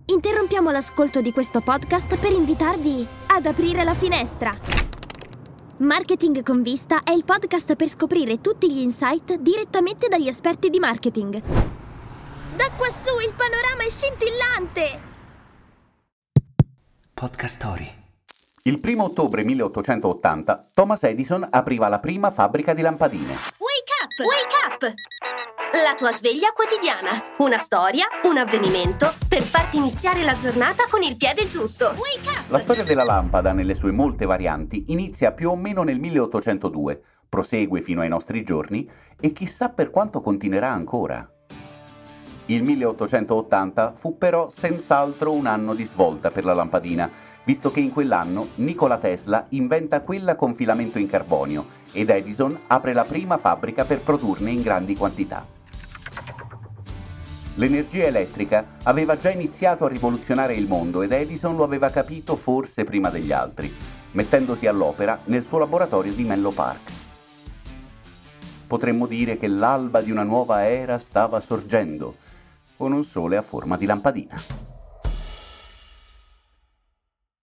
Interrompiamo l'ascolto di questo podcast per invitarvi ad aprire la finestra. Marketing con Vista è il podcast per scoprire tutti gli insight direttamente dagli esperti di marketing. Da quassù il panorama è scintillante! Podcast Story. Il 1° ottobre 1880 Thomas Edison apriva la prima fabbrica di lampadine. Wake up! La tua sveglia quotidiana. Una storia, un avvenimento per farti iniziare la giornata con il piede giusto. Wake up! La storia della lampada, nelle sue molte varianti, inizia più o meno nel 1802, prosegue fino ai nostri giorni e chissà per quanto continuerà ancora. Il 1880 fu però senz'altro un anno di svolta per la lampadina, visto che in quell'anno Nikola Tesla inventa quella con filamento in carbonio ed Edison apre la prima fabbrica per produrne in grandi quantità. L'energia elettrica aveva già iniziato a rivoluzionare il mondo ed Edison lo aveva capito forse prima degli altri, mettendosi all'opera nel suo laboratorio di Menlo Park. Potremmo dire che l'alba di una nuova era stava sorgendo, con un sole a forma di lampadina.